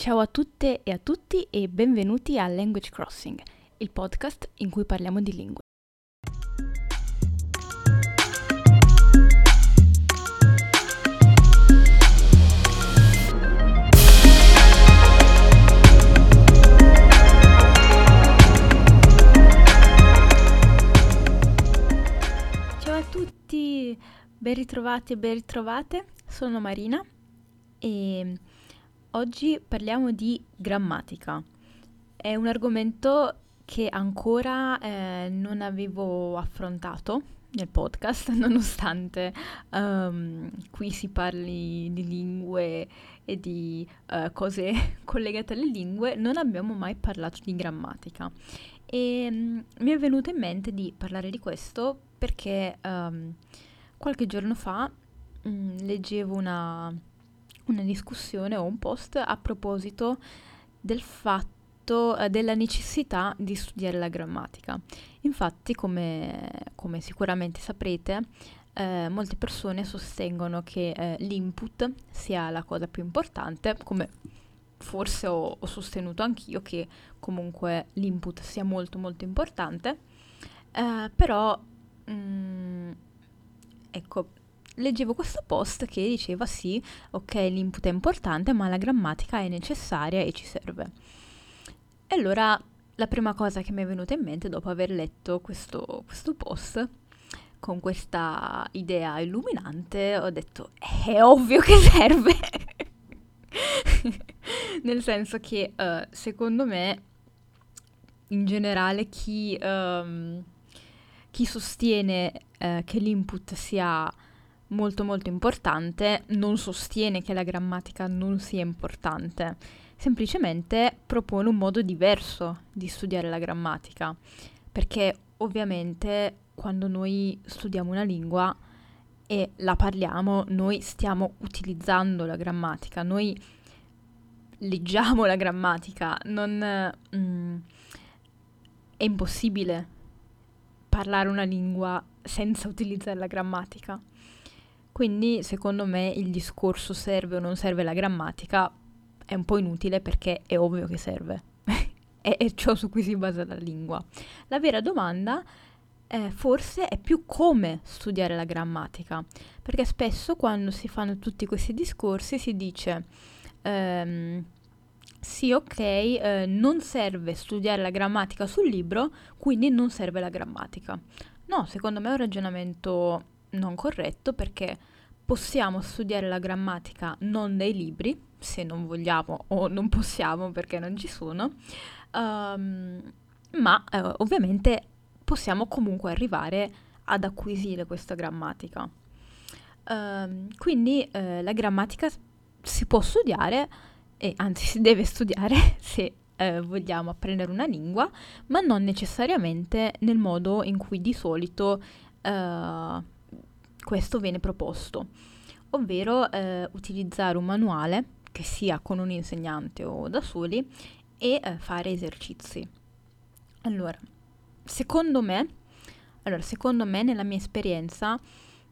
Ciao a tutte e a tutti e benvenuti a Language Crossing, il podcast in cui parliamo di lingue. Ciao a tutti, ben ritrovati e ben ritrovate, sono Marina e oggi parliamo di grammatica. È un argomento che ancora non avevo affrontato nel podcast, nonostante qui si parli di lingue e di cose collegate alle lingue, non abbiamo mai parlato di grammatica. E mi è venuto in mente di parlare di questo perché qualche giorno fa leggevo una discussione o un post a proposito del fatto, della necessità di studiare la grammatica. Infatti, come sicuramente saprete, molte persone sostengono che l'input sia la cosa più importante, come forse ho sostenuto anch'io che comunque l'input sia molto molto importante, però ecco, leggevo questo post che diceva sì, ok, l'input è importante, ma la grammatica è necessaria e ci serve. E allora la prima cosa che mi è venuta in mente dopo aver letto questo post, con questa idea illuminante, ho detto, è ovvio che serve! Nel senso che secondo me, in generale, chi sostiene che l'input sia molto molto importante non sostiene che la grammatica non sia importante, semplicemente propone un modo diverso di studiare la grammatica, perché ovviamente quando noi studiamo una lingua e la parliamo, noi stiamo utilizzando la grammatica, noi leggiamo la grammatica, è impossibile parlare una lingua senza utilizzare la grammatica. Quindi, secondo me, il discorso serve o non serve la grammatica è un po' inutile perché è ovvio che serve. è ciò su cui si basa la lingua. La vera domanda forse è più come studiare la grammatica, perché spesso quando si fanno tutti questi discorsi si dice sì, ok, non serve studiare la grammatica sul libro, quindi non serve la grammatica. No, secondo me è un ragionamento non corretto perché possiamo studiare la grammatica non dai libri, se non vogliamo o non possiamo perché non ci sono, ma ovviamente possiamo comunque arrivare ad acquisire questa grammatica. Quindi la grammatica si può studiare, e anzi si deve studiare se vogliamo apprendere una lingua, ma non necessariamente nel modo in cui di solito questo viene proposto, ovvero utilizzare un manuale, che sia con un insegnante o da soli, e fare esercizi. Allora, secondo me, nella mia esperienza,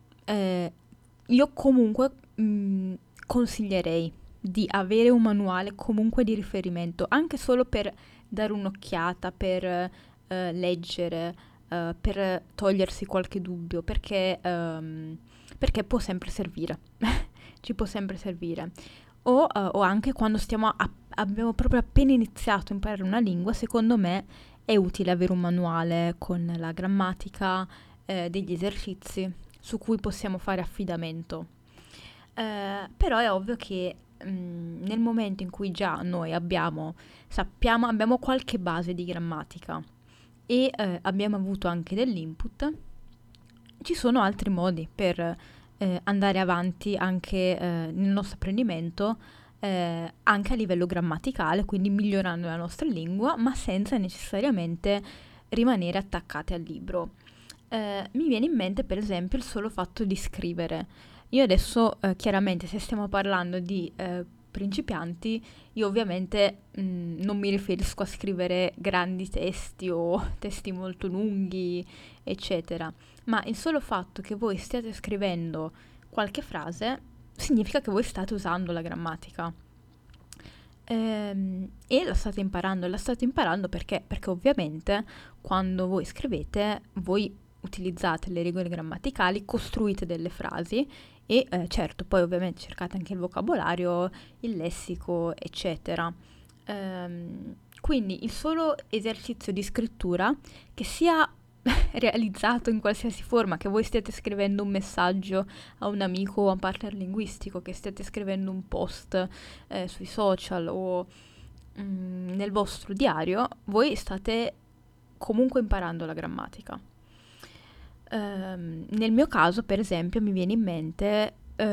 io comunque consiglierei di avere un manuale comunque di riferimento, anche solo per dare un'occhiata, per leggere, per togliersi qualche dubbio, perché può sempre servire, ci può sempre servire. O anche quando abbiamo proprio appena iniziato a imparare una lingua, secondo me è utile avere un manuale con la grammatica, degli esercizi su cui possiamo fare affidamento. Però è ovvio che nel momento in cui già noi abbiamo qualche base di grammatica e abbiamo avuto anche dell'input, ci sono altri modi per andare avanti anche nel nostro apprendimento, anche a livello grammaticale, quindi migliorando la nostra lingua, ma senza necessariamente rimanere attaccati al libro. Mi viene in mente per esempio il solo fatto di scrivere. Io adesso, chiaramente, se stiamo parlando di principianti, io ovviamente non mi riferisco a scrivere grandi testi o testi molto lunghi, eccetera, ma il solo fatto che voi stiate scrivendo qualche frase significa che voi state usando la grammatica. E la state imparando perché ovviamente quando voi scrivete, voi utilizzate le regole grammaticali, costruite delle frasi e certo, poi ovviamente cercate anche il vocabolario, il lessico, eccetera. Quindi il solo esercizio di scrittura, che sia realizzato in qualsiasi forma, che voi stiate scrivendo un messaggio a un amico o a un partner linguistico, che stiate scrivendo un post sui social o nel vostro diario, voi state comunque imparando la grammatica. Nel mio caso, per esempio, mi viene in mente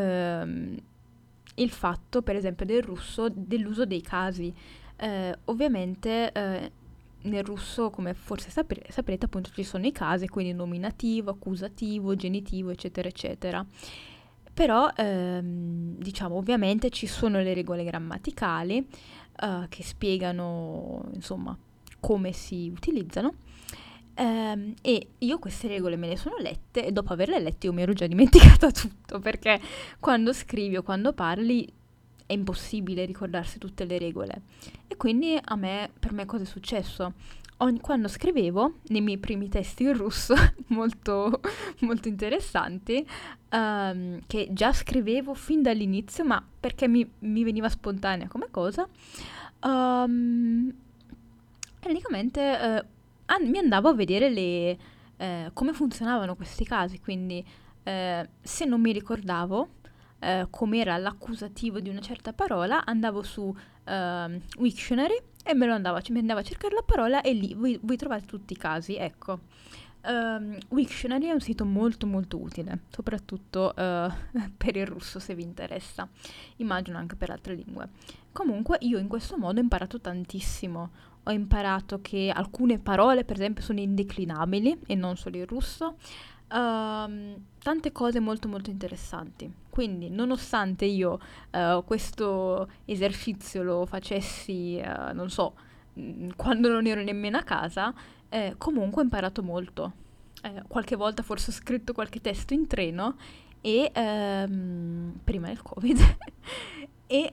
il fatto, per esempio, del russo, dell'uso dei casi. Ovviamente nel russo, come forse saprete, appunto ci sono i casi, quindi nominativo, accusativo, genitivo, eccetera, eccetera. Però, diciamo, ovviamente ci sono le regole grammaticali che spiegano, insomma, come si utilizzano. E io queste regole me le sono lette e dopo averle lette io mi ero già dimenticata tutto perché quando scrivi o quando parli è impossibile ricordarsi tutte le regole. E quindi per me cosa è successo? Quando scrivevo, nei miei primi testi in russo, molto, molto interessanti, che già scrivevo fin dall'inizio, ma perché mi veniva spontanea come cosa, ehm, praticamente mi andavo a vedere come funzionavano questi casi, quindi se non mi ricordavo com'era l'accusativo di una certa parola, andavo su Wiktionary e mi andavo a cercare la parola e lì voi trovate tutti i casi, ecco. Wiktionary è un sito molto molto utile, soprattutto per il russo se vi interessa, immagino anche per altre lingue. Comunque io in questo modo ho imparato tantissimo, ho imparato che alcune parole per esempio sono indeclinabili e non solo il russo, tante cose molto molto interessanti. Quindi nonostante io questo esercizio lo facessi, non so, quando non ero nemmeno a casa, comunque ho imparato molto. Qualche volta forse ho scritto qualche testo in treno e prima del Covid e,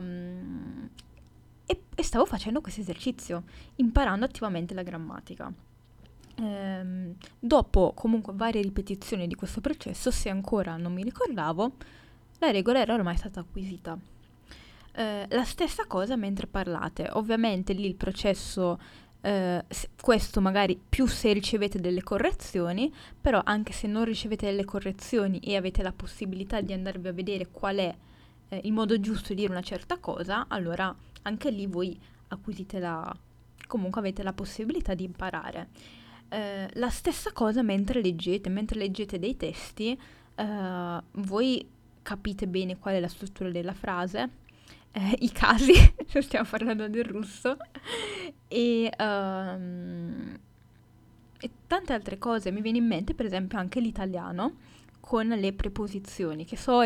e stavo facendo questo esercizio, imparando attivamente la grammatica. Dopo comunque varie ripetizioni di questo processo, se ancora non mi ricordavo, la regola era ormai stata acquisita. La stessa cosa mentre parlate. Ovviamente lì il processo, questo magari più se ricevete delle correzioni, però anche se non ricevete delle correzioni e avete la possibilità di andarvi a vedere qual è il modo giusto di dire una certa cosa, allora anche lì voi acquisite comunque avete la possibilità di imparare. La stessa cosa mentre leggete dei testi, voi capite bene qual è la struttura della frase, i casi, se stiamo parlando del russo, e, e tante altre cose. Mi viene in mente, per esempio, anche l'italiano con le preposizioni,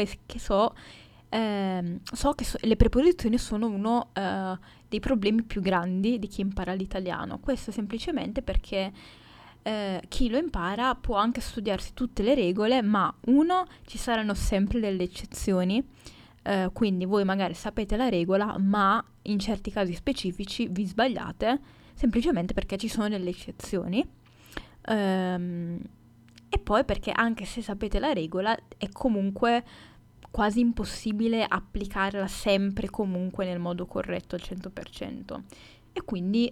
so che le preposizioni sono uno dei problemi più grandi di chi impara l'italiano. Questo semplicemente perché chi lo impara può anche studiarsi tutte le regole, ma uno, ci saranno sempre delle eccezioni, quindi voi magari sapete la regola, ma in certi casi specifici vi sbagliate, semplicemente perché ci sono delle eccezioni. Ehm, e poi perché anche se sapete la regola è comunque quasi impossibile applicarla sempre comunque nel modo corretto al 100%. E quindi,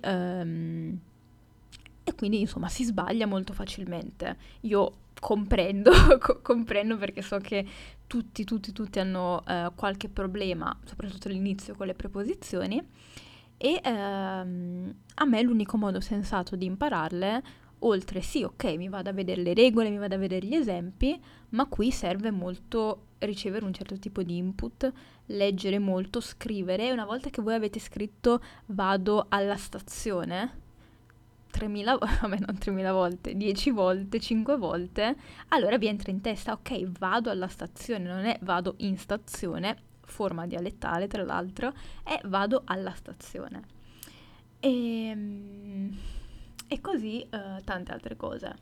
insomma si sbaglia molto facilmente. Io comprendo, comprendo perché so che tutti hanno qualche problema, soprattutto all'inizio con le preposizioni e a me l'unico modo sensato di impararle, oltre sì, ok, mi vado a vedere le regole, mi vado a vedere gli esempi, ma qui serve molto ricevere un certo tipo di input, leggere molto, scrivere. E una volta che voi avete scritto vado alla stazione, 3.000, vabbè non 3.000 volte, 10 volte, 5 volte, allora vi entra in testa, ok, vado alla stazione, non è vado in stazione, forma dialettale tra l'altro, è vado alla stazione. E, e così tante altre cose.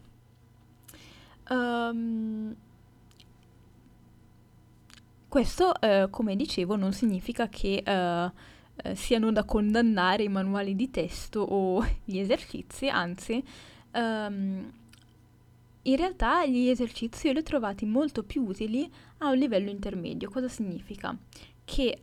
Um, Questo, come dicevo, non significa che siano da condannare i manuali di testo o gli esercizi, anzi, ehm, in realtà gli esercizi io li ho trovati molto più utili a un livello intermedio. Cosa significa? Che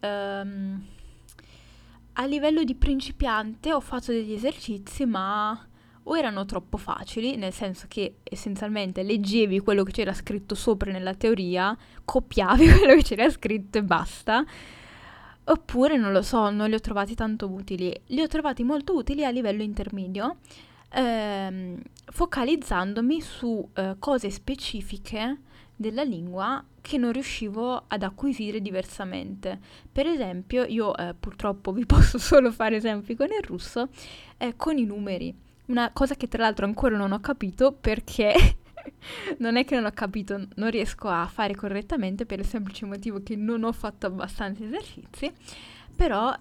a livello di principiante ho fatto degli esercizi, ma o erano troppo facili, nel senso che essenzialmente leggevi quello che c'era scritto sopra nella teoria, copiavi quello che c'era scritto e basta, oppure non lo so, non li ho trovati tanto utili. Li ho trovati molto utili a livello intermedio, focalizzandomi su cose specifiche della lingua che non riuscivo ad acquisire diversamente. Per esempio, io purtroppo vi posso solo fare esempi con il russo, con i numeri. Una cosa che tra l'altro ancora non ho capito perché non è che non ho capito, non riesco a fare correttamente per il semplice motivo che non ho fatto abbastanza esercizi, però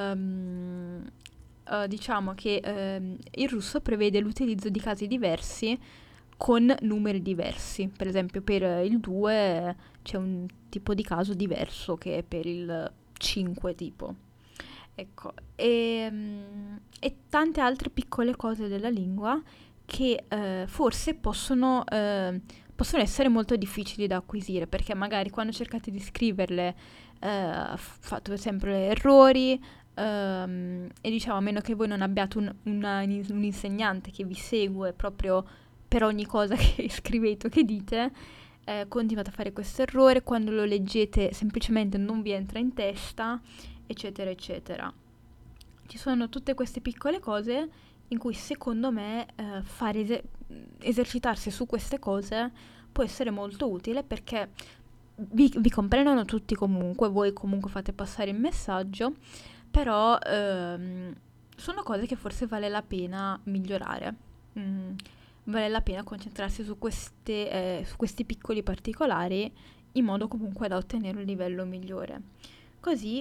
diciamo che il russo prevede l'utilizzo di casi diversi con numeri diversi. Per esempio per il 2 c'è un tipo di caso diverso che per il 5 tipo. Ecco, e tante altre piccole cose della lingua che forse possono essere molto difficili da acquisire, perché magari quando cercate di scriverle fate sempre errori, e diciamo a meno che voi non abbiate un insegnante che vi segue proprio per ogni cosa che scrivete o che dite, continuate a fare questo errore, quando lo leggete semplicemente non vi entra in testa, eccetera, eccetera. Ci sono tutte queste piccole cose in cui secondo me esercitarsi su queste cose può essere molto utile perché vi comprendono tutti comunque, voi comunque fate passare il messaggio, però sono cose che forse vale la pena migliorare. Vale la pena concentrarsi su questi piccoli particolari in modo comunque da ottenere un livello migliore. Così,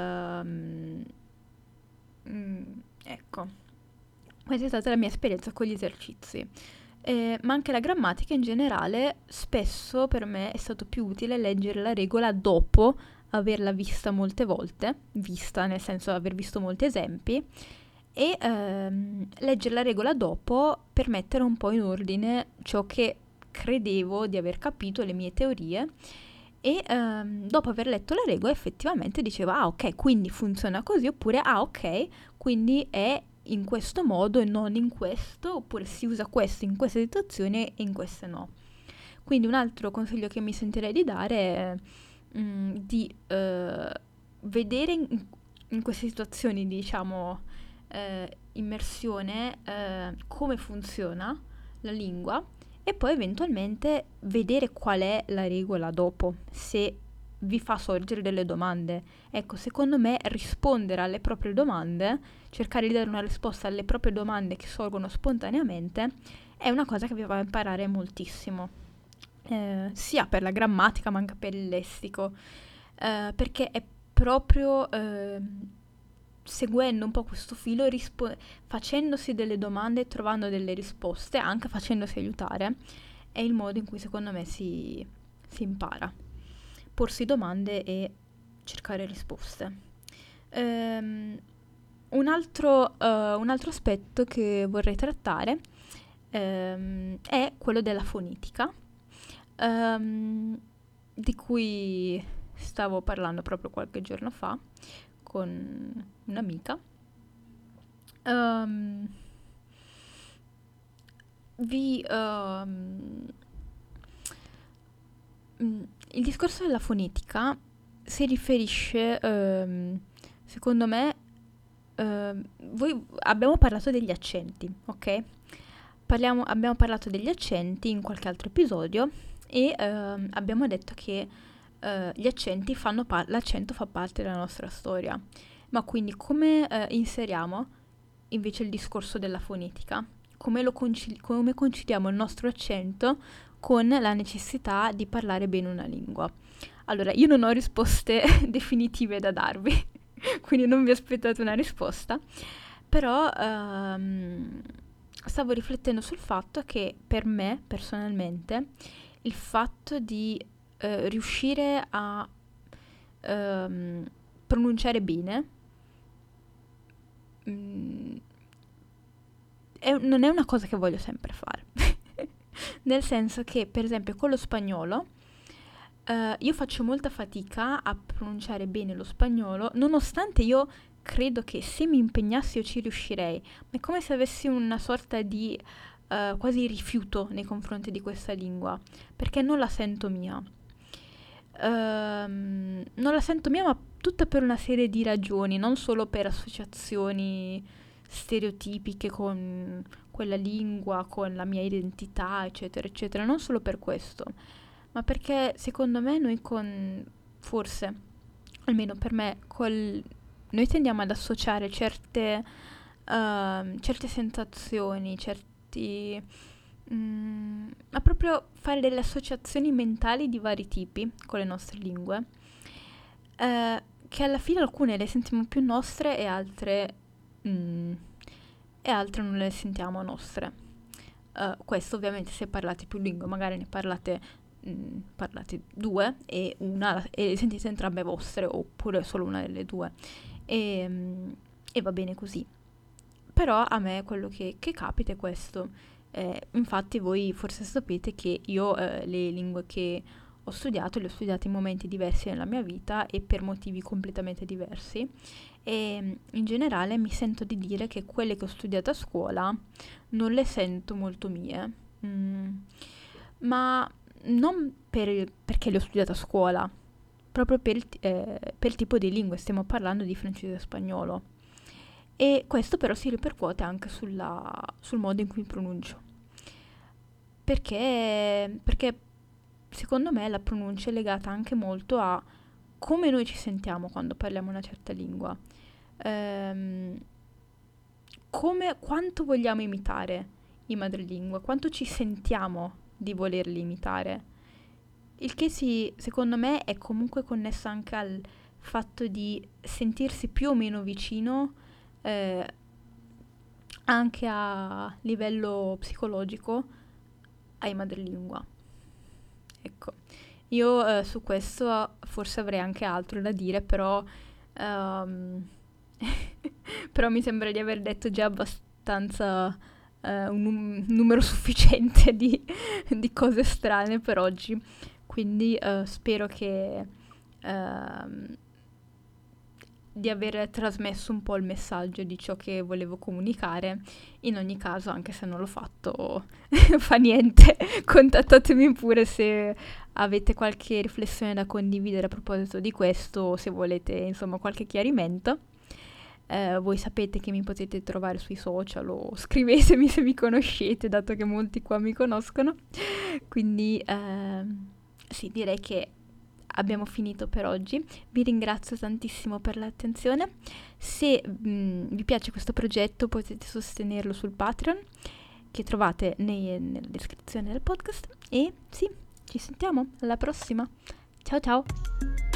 ecco, questa è stata la mia esperienza con gli esercizi. Ma anche la grammatica in generale, spesso per me è stato più utile leggere la regola dopo averla vista molte volte, vista nel senso aver visto molti esempi, e leggere la regola dopo per mettere un po' in ordine ciò che credevo di aver capito, le mie teorie, e dopo aver letto la regola effettivamente dicevo, ah ok, quindi funziona così, oppure ah ok, quindi è in questo modo e non in questo, oppure si usa questo in queste situazioni e in queste no. Quindi un altro consiglio che mi sentirei di dare è di vedere in queste situazioni, diciamo, immersione, come funziona la lingua e poi eventualmente vedere qual è la regola dopo, se vi fa sorgere delle domande. Ecco, secondo me rispondere alle proprie domande, cercare di dare una risposta alle proprie domande che sorgono spontaneamente, è una cosa che vi fa imparare moltissimo, sia per la grammatica ma anche per il lessico, perché è proprio seguendo un po' questo filo, facendosi delle domande e trovando delle risposte, anche facendosi aiutare, è il modo in cui secondo me si impara. Porsi domande e cercare risposte. Un altro aspetto che vorrei trattare è quello della fonetica, di cui stavo parlando proprio qualche giorno fa con un'amica. Il discorso della fonetica si riferisce, secondo me, voi abbiamo parlato degli accenti, ok? Abbiamo parlato degli accenti in qualche altro episodio e abbiamo detto che gli accenti l'accento fa parte della nostra storia. Ma quindi come inseriamo invece il discorso della fonetica? Come conciliamo il nostro accento con la necessità di parlare bene una lingua? Allora, io non ho risposte definitive da darvi, quindi non vi aspettate una risposta, però stavo riflettendo sul fatto che per me, personalmente, il fatto di riuscire a pronunciare bene non è una cosa che voglio sempre fare. Nel senso che, per esempio, con lo spagnolo, io faccio molta fatica a pronunciare bene lo spagnolo, nonostante io credo che se mi impegnassi io ci riuscirei, ma è come se avessi una sorta di quasi rifiuto nei confronti di questa lingua, perché non la sento mia. Non la sento mia, ma tutta per una serie di ragioni, non solo per associazioni stereotipiche con quella lingua, con la mia identità, eccetera, eccetera, non solo per questo, ma perché secondo me forse, almeno per me, noi tendiamo ad associare certe sensazioni, ma proprio fare delle associazioni mentali di vari tipi con le nostre lingue, che alla fine alcune le sentiamo più nostre mm, e altre non le sentiamo nostre. Questo ovviamente se parlate più lingue, magari ne parlate due e sentite entrambe vostre, oppure solo una delle due. E va bene così. Però a me quello che capita è questo. Infatti voi forse sapete che io le lingue che ho studiato le ho studiate in momenti diversi nella mia vita e per motivi completamente diversi. E in generale mi sento di dire che quelle che ho studiato a scuola non le sento molto mie. Ma non perché le ho studiate a scuola, proprio per il tipo di lingue, stiamo parlando di francese e spagnolo. E questo però si ripercuote anche sul modo in cui pronuncio. Perché secondo me la pronuncia è legata anche molto a come noi ci sentiamo quando parliamo una certa lingua. Ehm, quanto vogliamo imitare i madrelingua, quanto ci sentiamo di volerli imitare. Il che secondo me è comunque connesso anche al fatto di sentirsi più o meno vicino eh, anche a livello psicologico ai madrelingua. Ecco, io su questo forse avrei anche altro da dire, però, ehm, però mi sembra di aver detto già abbastanza un numero sufficiente di cose strane per oggi. Quindi spero ehm, di aver trasmesso un po' il messaggio di ciò che volevo comunicare. In ogni caso, anche se non l'ho fatto, fa niente. Contattatemi pure se avete qualche riflessione da condividere a proposito di questo, o se volete, insomma, qualche chiarimento. Voi sapete che mi potete trovare sui social o scrivetemi se mi conoscete, dato che molti qua mi conoscono. Quindi sì, direi che abbiamo finito per oggi. Vi ringrazio tantissimo per l'attenzione. Se vi piace questo progetto potete sostenerlo sul Patreon, che trovate nella descrizione del podcast. E sì, ci sentiamo alla prossima. Ciao ciao!